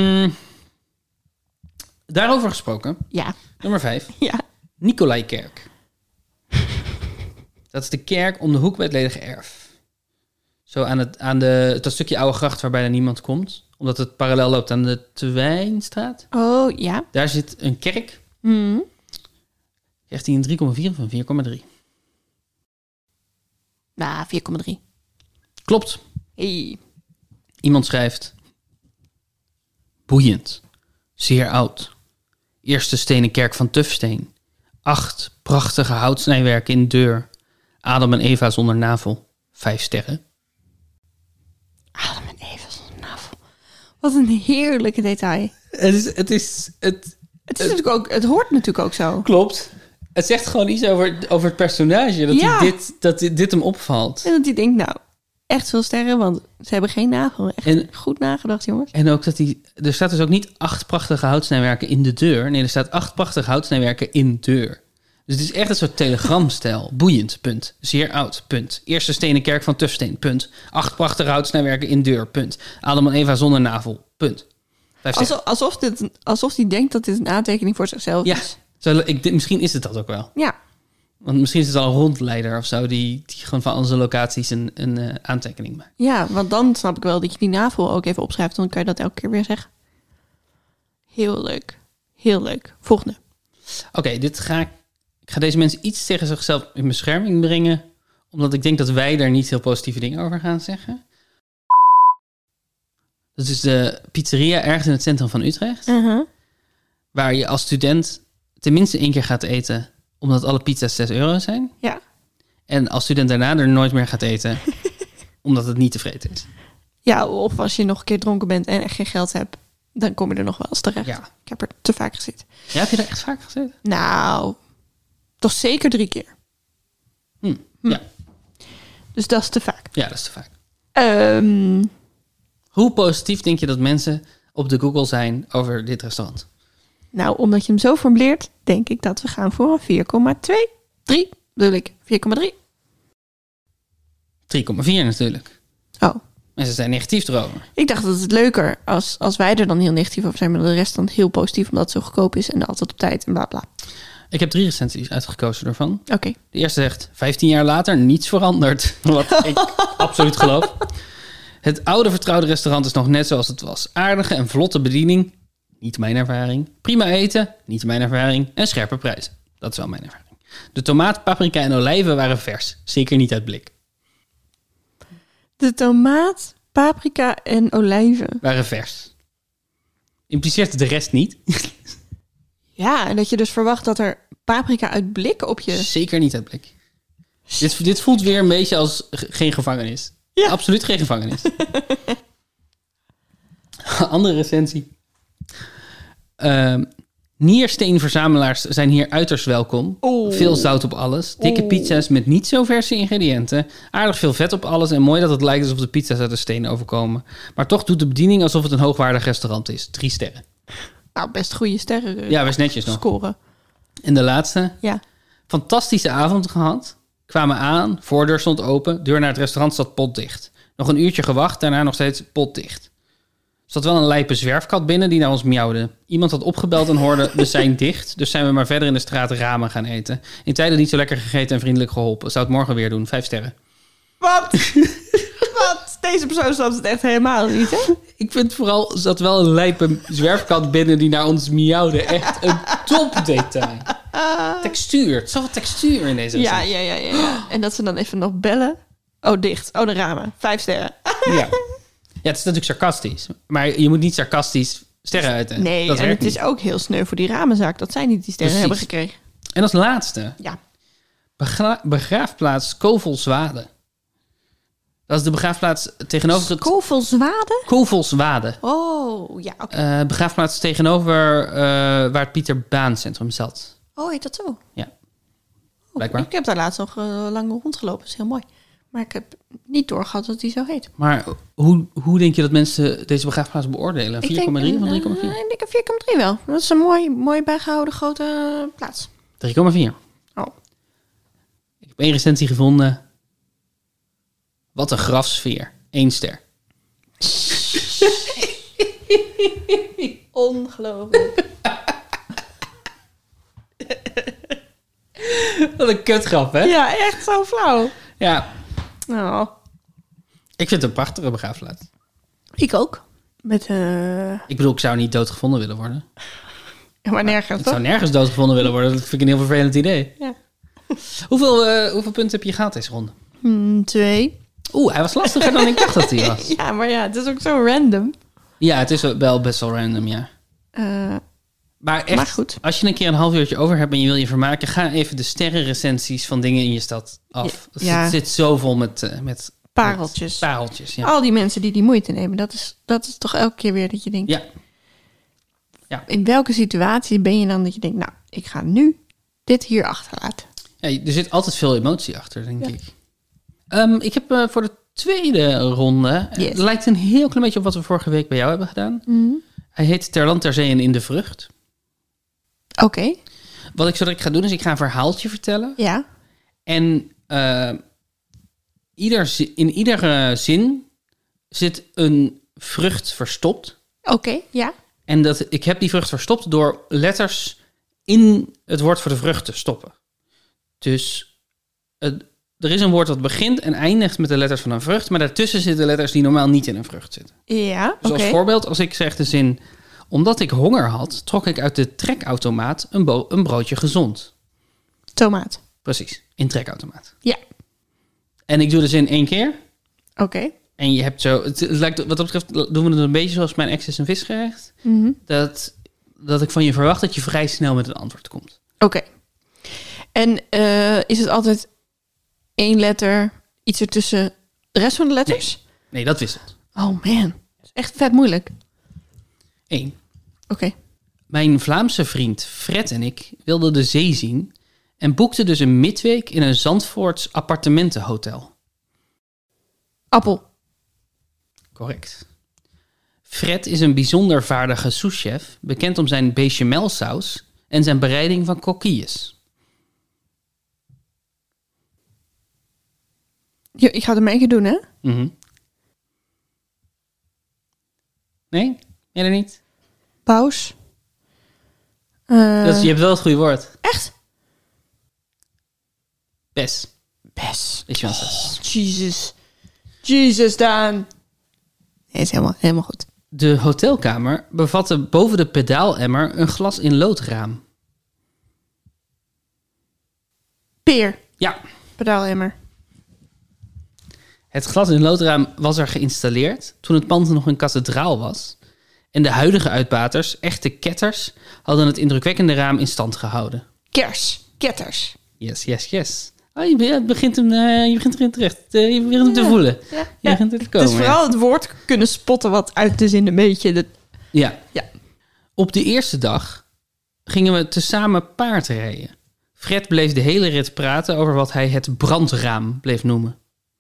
[SPEAKER 2] Daarover gesproken.
[SPEAKER 1] Ja.
[SPEAKER 2] Nummer 5.
[SPEAKER 1] Ja.
[SPEAKER 2] Nicolaikerk. Dat is de kerk om de hoek bij het ledige erf. Zo aan dat stukje oude gracht waarbij er niemand komt. Omdat het parallel loopt aan de Twijnstraat.
[SPEAKER 1] Oh, ja.
[SPEAKER 2] Daar zit een kerk.
[SPEAKER 1] Mm.
[SPEAKER 2] Krijgt hij een 3,4 van 4,3.
[SPEAKER 1] Nou, 4,3.
[SPEAKER 2] Klopt.
[SPEAKER 1] Hey.
[SPEAKER 2] Iemand schrijft... Boeiend. Zeer oud. Eerste stenen kerk van Tufsteen. 8 prachtige houtsnijwerken in de deur. Adam en Eva zonder navel. 5 sterren.
[SPEAKER 1] Adam en Eva zonder navel. Wat een heerlijke detail. Het hoort natuurlijk ook zo.
[SPEAKER 2] Klopt. Het zegt gewoon iets over het personage. Dat dit hem opvalt.
[SPEAKER 1] En dat hij denkt, nou, echt veel sterren, want ze hebben geen navel. Echt goed nagedacht, jongens.
[SPEAKER 2] En ook er staat dus ook niet 8 prachtige houtsnijwerken in de deur. Nee, er staat 8 prachtige houtsnijwerken in deur. Dus het is echt een soort telegramstijl. Boeiend, punt. Zeer oud, punt. Eerste stenen kerk van Tufsteen, punt. 8 prachtige houtsnijwerken in deur, punt. Adam en Eva zonder navel, punt.
[SPEAKER 1] Alsof hij denkt dat dit een aantekening voor zichzelf is.
[SPEAKER 2] Misschien is het dat ook wel.
[SPEAKER 1] Ja.
[SPEAKER 2] Want misschien is het al een rondleider of zo... die gewoon van onze locaties een aantekening maakt.
[SPEAKER 1] Ja, want dan snap ik wel dat je die navel ook even opschrijft... dan kan je dat elke keer weer zeggen. Heel leuk. Heel leuk. Volgende.
[SPEAKER 2] Oké, ik ga deze mensen iets tegen zichzelf in bescherming brengen... omdat ik denk dat wij daar niet heel positieve dingen over gaan zeggen. Dat is de pizzeria ergens in het centrum van Utrecht...
[SPEAKER 1] Uh-huh.
[SPEAKER 2] Waar je als student tenminste 1 keer gaat eten... omdat alle pizza's €6 zijn.
[SPEAKER 1] Ja.
[SPEAKER 2] En als student daarna er nooit meer gaat eten... omdat het niet tevreden is.
[SPEAKER 1] Ja, of als je nog een keer dronken bent en echt geen geld hebt... dan kom je er nog wel eens terecht.
[SPEAKER 2] Ja.
[SPEAKER 1] Ik heb er te vaak gezeten.
[SPEAKER 2] Ja, heb je er echt vaak gezeten?
[SPEAKER 1] Nou, toch zeker 3 keer.
[SPEAKER 2] Ja.
[SPEAKER 1] Dus dat is te vaak.
[SPEAKER 2] Ja, dat is te vaak. Hoe positief denk je dat mensen op de Google zijn over dit restaurant?
[SPEAKER 1] Nou, omdat je hem zo formuleert, denk ik dat we gaan voor een 4,3 bedoel ik. 4,3.
[SPEAKER 2] 3,4 natuurlijk.
[SPEAKER 1] Oh.
[SPEAKER 2] En ze zijn negatief erover.
[SPEAKER 1] Ik dacht dat het leuker als wij er dan heel negatief over zijn... maar de rest dan heel positief omdat het zo goedkoop is... en altijd op tijd en bla bla.
[SPEAKER 2] Ik heb 3 recensies uitgekozen daarvan.
[SPEAKER 1] Oké.
[SPEAKER 2] De eerste zegt, 15 jaar later niets veranderd. Wat ik absoluut geloof. Het oude vertrouwde restaurant is nog net zoals het was. Aardige en vlotte bediening. Niet mijn ervaring. Prima eten. Niet mijn ervaring. En scherpe prijzen. Dat is wel mijn ervaring. De tomaat, paprika en olijven waren vers. Zeker niet uit blik.
[SPEAKER 1] De tomaat, paprika en olijven.
[SPEAKER 2] Waren vers. Impliceert de rest niet.
[SPEAKER 1] Ja, en dat je dus verwacht dat er paprika uit blik op je...
[SPEAKER 2] Zeker niet uit blik. Dit voelt weer een beetje als geen gevangenis.
[SPEAKER 1] Ja.
[SPEAKER 2] Absoluut geen gevangenis. Andere recensie. Niersteenverzamelaars zijn hier uiterst welkom.
[SPEAKER 1] Oh.
[SPEAKER 2] Veel zout op alles. Dikke pizza's met niet zo verse ingrediënten. Aardig veel vet op alles. En mooi dat het lijkt alsof de pizza's uit de steen overkomen. Maar toch doet de bediening alsof het een hoogwaardig restaurant is. 3 sterren.
[SPEAKER 1] Nou, best goede sterren.
[SPEAKER 2] Ja, best netjes nog.
[SPEAKER 1] Scoren.
[SPEAKER 2] En de laatste.
[SPEAKER 1] Ja.
[SPEAKER 2] Fantastische avond gehad. Kwamen aan. Voordeur stond open. Deur naar het restaurant zat potdicht. Nog een uurtje gewacht. Daarna nog steeds potdicht. Er zat wel een lijpe zwerfkat binnen die naar ons miauwde. Iemand had opgebeld en hoorde, we zijn dicht. Dus zijn we maar verder in de straat ramen gaan eten. In tijden niet zo lekker gegeten en vriendelijk geholpen. Zou het morgen weer doen. 5 sterren.
[SPEAKER 1] Wat? Wat? Deze persoon snapt het echt helemaal niet, hè?
[SPEAKER 2] Ik vind vooral, er zat wel een lijpe zwerfkat binnen die naar ons miauwde. Echt een topdetail. Textuur. Zoveel textuur in deze
[SPEAKER 1] Ja.
[SPEAKER 2] recensie.
[SPEAKER 1] En dat ze dan even nog bellen. Oh, dicht. Oh, de ramen. 5 sterren.
[SPEAKER 2] Ja, het is natuurlijk sarcastisch. Maar je moet niet sarcastisch sterren uiten.
[SPEAKER 1] Nee,
[SPEAKER 2] dat
[SPEAKER 1] en
[SPEAKER 2] werkt
[SPEAKER 1] het
[SPEAKER 2] niet.
[SPEAKER 1] is ook heel sneu voor die ramenzaak dat zij niet die sterren
[SPEAKER 2] Precies.
[SPEAKER 1] hebben gekregen.
[SPEAKER 2] En als laatste,
[SPEAKER 1] Ja.
[SPEAKER 2] begraafplaats Kovelswade. Dat is de begraafplaats tegenover het...
[SPEAKER 1] Kovelswade?
[SPEAKER 2] Kovelswade.
[SPEAKER 1] Oh, ja, oké.
[SPEAKER 2] Begraafplaats tegenover waar het Pieter Baan Centrum zat.
[SPEAKER 1] Oh, heet dat zo?
[SPEAKER 2] Ja,
[SPEAKER 1] Oh,
[SPEAKER 2] blijkbaar.
[SPEAKER 1] ik heb daar laatst nog lang rondgelopen. Dat is heel mooi. Maar ik heb niet doorgehad dat die zo heet.
[SPEAKER 2] Maar hoe denk je dat mensen deze begraafplaats beoordelen? 4,3 van 3,4?
[SPEAKER 1] Ik denk een 4,3 wel. Dat is een mooi bijgehouden grote plaats.
[SPEAKER 2] 3,4.
[SPEAKER 1] Oh.
[SPEAKER 2] Ik heb 1 recensie gevonden. Wat een grafsfeer. 1 ster.
[SPEAKER 1] Ongelooflijk.
[SPEAKER 2] Wat een kutgrap, hè?
[SPEAKER 1] Ja, echt zo flauw.
[SPEAKER 2] Ja.
[SPEAKER 1] Oh.
[SPEAKER 2] Ik vind het een prachtige begraafplaats.
[SPEAKER 1] Ik ook. Met
[SPEAKER 2] Ik bedoel, ik zou niet doodgevonden willen worden.
[SPEAKER 1] maar nergens,
[SPEAKER 2] Ik
[SPEAKER 1] toch?
[SPEAKER 2] zou nergens doodgevonden willen worden. Dat vind ik een heel vervelend idee.
[SPEAKER 1] Ja.
[SPEAKER 2] Hoeveel punten heb je gehad deze ronde?
[SPEAKER 1] 2.
[SPEAKER 2] Oeh, hij was lastiger dan ik dacht dat hij was.
[SPEAKER 1] Ja, maar ja, het is ook zo random.
[SPEAKER 2] Ja, het is wel best wel random, ja. Maar echt,
[SPEAKER 1] Maar goed.
[SPEAKER 2] als je een keer een half uurtje over hebt en je wil je vermaken, ga even de sterrenrecensies van dingen in je stad af.
[SPEAKER 1] Ja.
[SPEAKER 2] Het zit zo vol met
[SPEAKER 1] Pareltjes.
[SPEAKER 2] pareltjes, ja.
[SPEAKER 1] Al die mensen die moeite nemen, dat is toch elke keer weer dat je denkt...
[SPEAKER 2] Ja.
[SPEAKER 1] In welke situatie ben je dan dat je denkt... Nou, ik ga nu dit hier achterlaten.
[SPEAKER 2] Ja, er zit altijd veel emotie achter, denk ik. Ik heb voor de tweede ronde...
[SPEAKER 1] Yes.
[SPEAKER 2] Het lijkt een heel klein beetje op wat we vorige week bij jou hebben gedaan. Hij heet Ter Land, Ter Zee en In de Vrucht.
[SPEAKER 1] Oké.
[SPEAKER 2] Wat ik zo direct ga doen, is ik ga een verhaaltje vertellen.
[SPEAKER 1] Ja.
[SPEAKER 2] En in iedere zin zit een vrucht verstopt.
[SPEAKER 1] Oké, ja.
[SPEAKER 2] En ik heb die vrucht verstopt door letters in het woord voor de vrucht te stoppen. Dus er is een woord dat begint en eindigt met de letters van een vrucht, maar daartussen zitten letters die normaal niet in een vrucht zitten.
[SPEAKER 1] Ja,
[SPEAKER 2] Dus
[SPEAKER 1] oké.
[SPEAKER 2] als voorbeeld, als ik zeg de zin... Omdat ik honger had, trok ik uit de trekautomaat een broodje gezond.
[SPEAKER 1] Tomaat.
[SPEAKER 2] Precies, in trekautomaat.
[SPEAKER 1] Ja.
[SPEAKER 2] En ik doe de zin 1 keer.
[SPEAKER 1] Oké.
[SPEAKER 2] En je hebt zo... Het lijkt, wat dat betreft doen we het een beetje zoals mijn ex is een visgerecht. Dat ik van je verwacht dat je vrij snel met een antwoord komt.
[SPEAKER 1] Oké. En is het altijd 1 letter, iets ertussen de rest van de letters?
[SPEAKER 2] Nee, dat wisselt.
[SPEAKER 1] Oh man, dat is echt vet moeilijk.
[SPEAKER 2] 1.
[SPEAKER 1] Oké.
[SPEAKER 2] Mijn Vlaamse vriend Fred en ik wilden de zee zien... en boekten dus een midweek in een Zandvoorts appartementenhotel.
[SPEAKER 1] Appel.
[SPEAKER 2] Correct. Fred is een bijzonder vaardige souschef... bekend om zijn bechamelsaus en zijn bereiding van coquilles.
[SPEAKER 1] Ik ga het maar één keer doen, hè?
[SPEAKER 2] Mhm. Nee? Jij er niet?
[SPEAKER 1] Paus.
[SPEAKER 2] Je hebt wel het goede woord.
[SPEAKER 1] Echt?
[SPEAKER 2] Bes.
[SPEAKER 1] Bes.
[SPEAKER 2] Bechamelsaus.
[SPEAKER 1] Jesus. Jesus, Daan. Nee, is helemaal goed.
[SPEAKER 2] De hotelkamer bevatte boven de pedaalemmer een glas in loodraam.
[SPEAKER 1] Peer.
[SPEAKER 2] Ja,
[SPEAKER 1] Pedaalemmer.
[SPEAKER 2] het glas in loodraam was er geïnstalleerd toen het pand nog een kathedraal was. En de huidige uitbaters, echte ketters, hadden het indrukwekkende raam in stand gehouden.
[SPEAKER 1] Kers. Ketters.
[SPEAKER 2] Yes, yes, yes. Oh, je begint erin terecht. Je begint hem te voelen.
[SPEAKER 1] Ja.
[SPEAKER 2] Je begint er te komen.
[SPEAKER 1] Dus vooral het woord kunnen spotten wat uit is in een beetje...
[SPEAKER 2] Ja.
[SPEAKER 1] Ja.
[SPEAKER 2] Op de eerste dag gingen we tezamen paardrijden. Fred bleef de hele rit praten over wat hij het brandraam bleef noemen.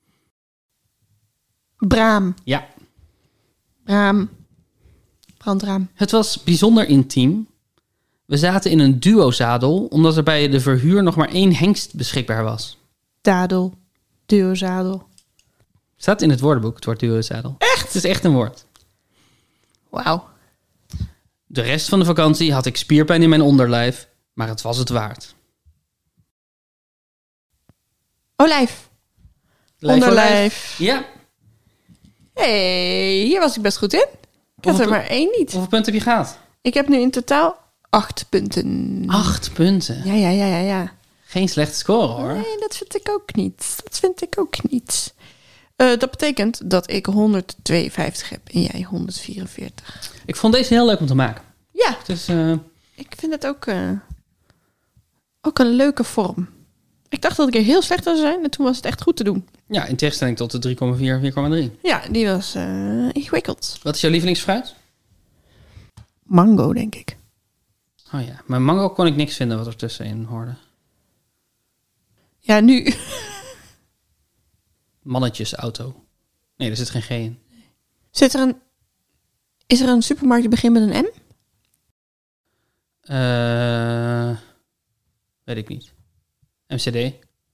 [SPEAKER 1] Braam.
[SPEAKER 2] Ja.
[SPEAKER 1] Braam. Brandraam.
[SPEAKER 2] Het was bijzonder intiem. We zaten in een duozadel, omdat er bij de verhuur nog maar 1 hengst beschikbaar was.
[SPEAKER 1] Dadel. Duozadel.
[SPEAKER 2] Staat in het woordenboek, het woord duozadel. Echt? Het is echt een woord.
[SPEAKER 1] Wauw.
[SPEAKER 2] De rest van de vakantie had ik spierpijn in mijn onderlijf, maar het was het waard.
[SPEAKER 1] Olijf. Onderlijf.
[SPEAKER 2] Ja.
[SPEAKER 1] Hey, hier was ik best goed in. Ik had er maar 1 niet.
[SPEAKER 2] Hoeveel punten heb je gehad?
[SPEAKER 1] Ik heb nu in totaal 8 punten.
[SPEAKER 2] 8 punten.
[SPEAKER 1] Ja.
[SPEAKER 2] Geen slechte score, hoor.
[SPEAKER 1] Nee, dat vind ik ook niet. Dat betekent dat ik 152 heb en jij 144.
[SPEAKER 2] Ik vond deze heel leuk om te maken.
[SPEAKER 1] Ja,
[SPEAKER 2] Dus,
[SPEAKER 1] ik vind het ook een leuke vorm. Ik dacht dat ik er heel slecht zou zijn en toen was het echt goed te doen.
[SPEAKER 2] ja, in tegenstelling tot de 3,4, 4,3.
[SPEAKER 1] Ja, die was ingewikkeld.
[SPEAKER 2] Wat is jouw lievelingsfruit?
[SPEAKER 1] Mango, denk ik.
[SPEAKER 2] Oh ja, maar mango kon ik niks vinden wat er tussenin hoorde.
[SPEAKER 1] Ja, nu...
[SPEAKER 2] Mannetjesauto. Nee, er zit geen G in.
[SPEAKER 1] Is er een supermarkt die begint met een M?
[SPEAKER 2] Weet ik niet. MCD?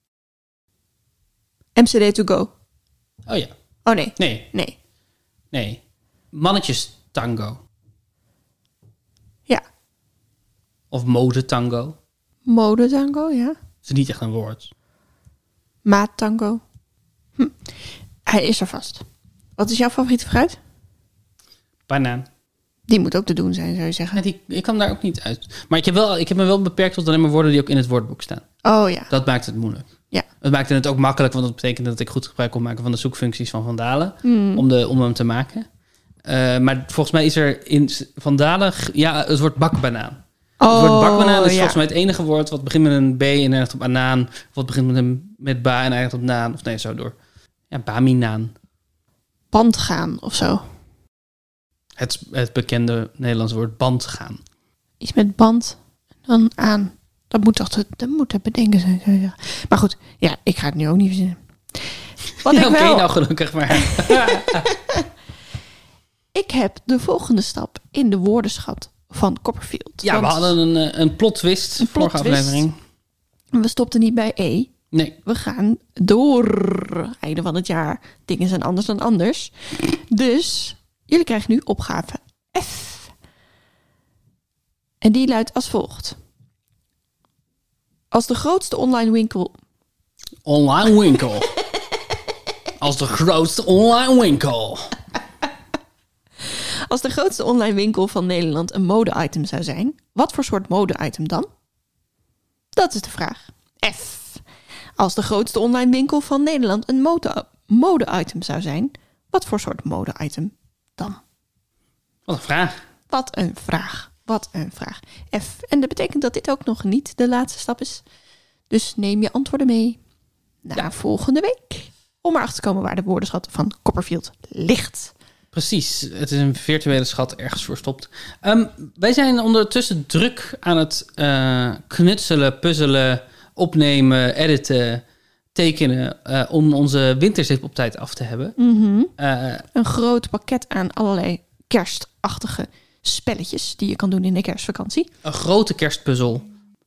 [SPEAKER 1] MCD to go.
[SPEAKER 2] Oh ja.
[SPEAKER 1] Oh nee.
[SPEAKER 2] Nee. Mannetjes tango.
[SPEAKER 1] Ja.
[SPEAKER 2] Of mode tango.
[SPEAKER 1] Mode tango, ja.
[SPEAKER 2] Dat is niet echt een woord.
[SPEAKER 1] Maat tango. Hij is er vast. Wat is jouw favoriete fruit?
[SPEAKER 2] Banaan.
[SPEAKER 1] Die moet ook te doen zijn, zou je zeggen.
[SPEAKER 2] Ja, ik kan daar ook niet uit. Maar ik heb me wel beperkt tot alleen maar woorden die ook in het woordboek staan.
[SPEAKER 1] Oh ja.
[SPEAKER 2] Dat maakt het moeilijk.
[SPEAKER 1] Ja.
[SPEAKER 2] Het maakte het ook makkelijk, want dat betekent dat ik goed gebruik kon maken van de zoekfuncties van Van Dalen. Om hem te maken. Maar volgens mij is er in Van Dalen... Ja, het woord bakbanaan. Het woord bakbanaan is volgens mij het enige woord wat begint met een B en eindigt op anaan. Of wat begint met ba en eindigt op naan. Of nee, zo door. Ja, baminaan.
[SPEAKER 1] Bandgaan of zo.
[SPEAKER 2] Het bekende Nederlands woord bandgaan.
[SPEAKER 1] Iets met band en dan aan. Dat moet te bedenken zijn, zou je zeggen. Maar goed, ja, ik ga het nu ook niet verzinnen.
[SPEAKER 2] Oké, nou gelukkig maar.
[SPEAKER 1] Ik heb de volgende stap in de woordenschat van Copperfield.
[SPEAKER 2] Ja, we hadden een plot twist vorige aflevering.
[SPEAKER 1] We stopten niet bij E.
[SPEAKER 2] Nee.
[SPEAKER 1] We gaan door. Einde van het jaar. Dingen zijn anders dan anders. Dus jullie krijgen nu opgave F. En die luidt als volgt. Als de grootste online winkel...
[SPEAKER 2] Online winkel. Als de grootste online winkel.
[SPEAKER 1] Als de grootste online winkel van Nederland een mode-item zou zijn, wat voor soort mode-item dan? Dat is de vraag. F. Als de grootste online winkel van Nederland een mode-item zou zijn, wat voor soort mode-item dan?
[SPEAKER 2] Wat een vraag.
[SPEAKER 1] Wat een vraag. F. En dat betekent dat dit ook nog niet de laatste stap is. Dus neem je antwoorden mee naar volgende week. Om erachter te komen waar de woordenschat van Copperfield ligt.
[SPEAKER 2] Precies, het is een virtuele schat ergens verstopt. Wij zijn ondertussen druk aan het knutselen, puzzelen, opnemen, editen, tekenen... om onze winterzip op tijd af te hebben.
[SPEAKER 1] Een groot pakket aan allerlei kerstachtige spelletjes... die je kan doen in de kerstvakantie.
[SPEAKER 2] Een grote kerstpuzzel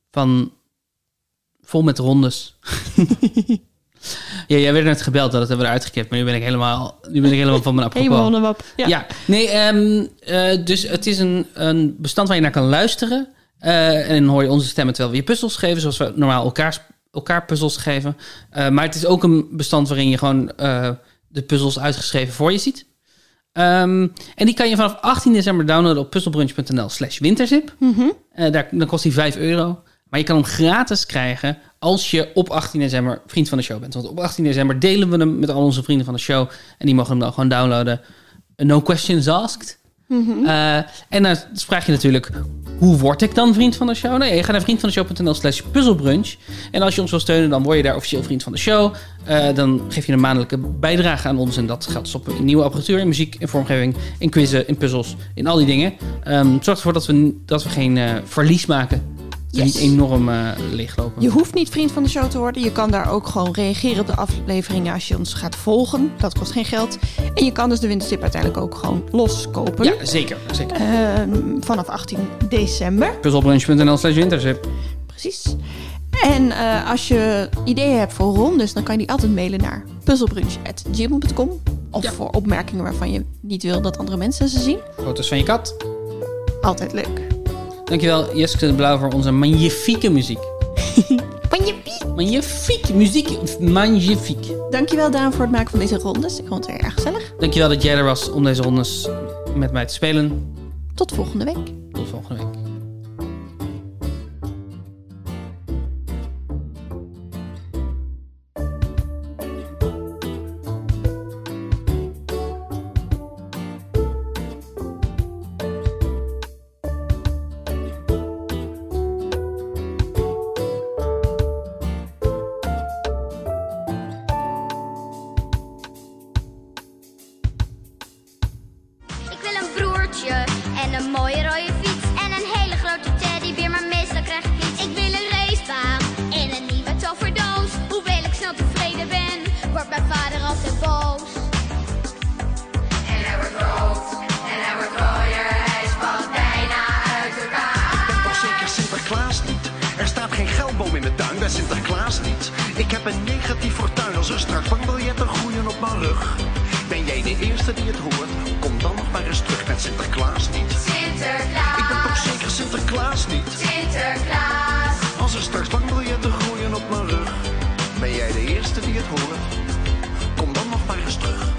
[SPEAKER 2] vol met rondes. Ja, jij werd net gebeld, dat hebben we eruit geknipt, maar nu ben ik helemaal van mijn apropos. Ja, nee, dus het is een bestand waar je naar kan luisteren. En dan hoor je onze stemmen terwijl we je puzzels geven, zoals we normaal elkaar puzzels geven. Maar het is ook een bestand waarin je gewoon de puzzels uitgeschreven voor je ziet. En die kan je vanaf 18 december downloaden op puzzelbrunch.nl/winterzip. Dan kost die €5. Maar je kan hem gratis krijgen als je op 18 december vriend van de show bent. Want op 18 december delen we hem met al onze vrienden van de show. En die mogen hem dan gewoon downloaden. No questions asked. En dan vraag je natuurlijk, hoe word ik dan vriend van de show? Nou ja, je gaat naar vriendvandeshow.nl/puzzelbrunch. En als je ons wil steunen, dan word je daar officieel vriend van de show. Dan geef je een maandelijke bijdrage aan ons. En dat gaat stoppen in nieuwe apparatuur, in muziek, in vormgeving, in quizzen, in puzzels, in al die dingen. Zorg ervoor dat we geen verlies maken. Yes. Niet enorm leeglopen.
[SPEAKER 1] Je hoeft niet vriend van de show te worden. Je kan daar ook gewoon reageren op de afleveringen als je ons gaat volgen. Dat kost geen geld. En je kan dus de winterzip uiteindelijk ook gewoon loskopen.
[SPEAKER 2] Ja, zeker.
[SPEAKER 1] Vanaf 18 december.
[SPEAKER 2] Puzzelbrunch.nl/winterzip.
[SPEAKER 1] Precies. En als je ideeën hebt voor rondes, dan kan je die altijd mailen naar puzzelbrunch@gmail.com. Of voor opmerkingen waarvan je niet wil dat andere mensen ze zien.
[SPEAKER 2] Foto's van je kat.
[SPEAKER 1] Altijd leuk.
[SPEAKER 2] Dankjewel Jeske de Blauw voor onze magnifieke muziek. Magnifiek muziek. Magnifiek.
[SPEAKER 1] Dankjewel Daan voor het maken van deze rondes. Ik vond het weer erg gezellig.
[SPEAKER 2] Dankjewel dat jij er was om deze rondes met mij te spelen.
[SPEAKER 1] Tot volgende week.
[SPEAKER 2] Tot volgende week.
[SPEAKER 3] een mooie rode fiets en een hele grote teddybeer, maar meestal krijg ik iets. Ik wil een racebaan en een nieuwe toverdoos. Hoewel ik snel tevreden ben, wordt mijn vader altijd boos. En hij wordt rood, en hij wordt rooier, hij valt bijna uit elkaar.
[SPEAKER 4] Ik ben toch zeker Sinterklaas niet? Er staat geen geldboom in de tuin bij Sinterklaas niet. Ik heb een negatief fortuin als er straks bankbiljetten groeien op mijn rug. Ben jij de eerste die het hoort? Kom dan nog maar eens terug met Sinterklaas niet.
[SPEAKER 3] Sinterklaas.
[SPEAKER 4] Ik ben toch zeker Sinterklaas niet?
[SPEAKER 3] Sinterklaas.
[SPEAKER 4] Als er straks bankbiljetten groeien op mijn rug. Ben jij de eerste die het hoort? Kom dan nog maar eens terug.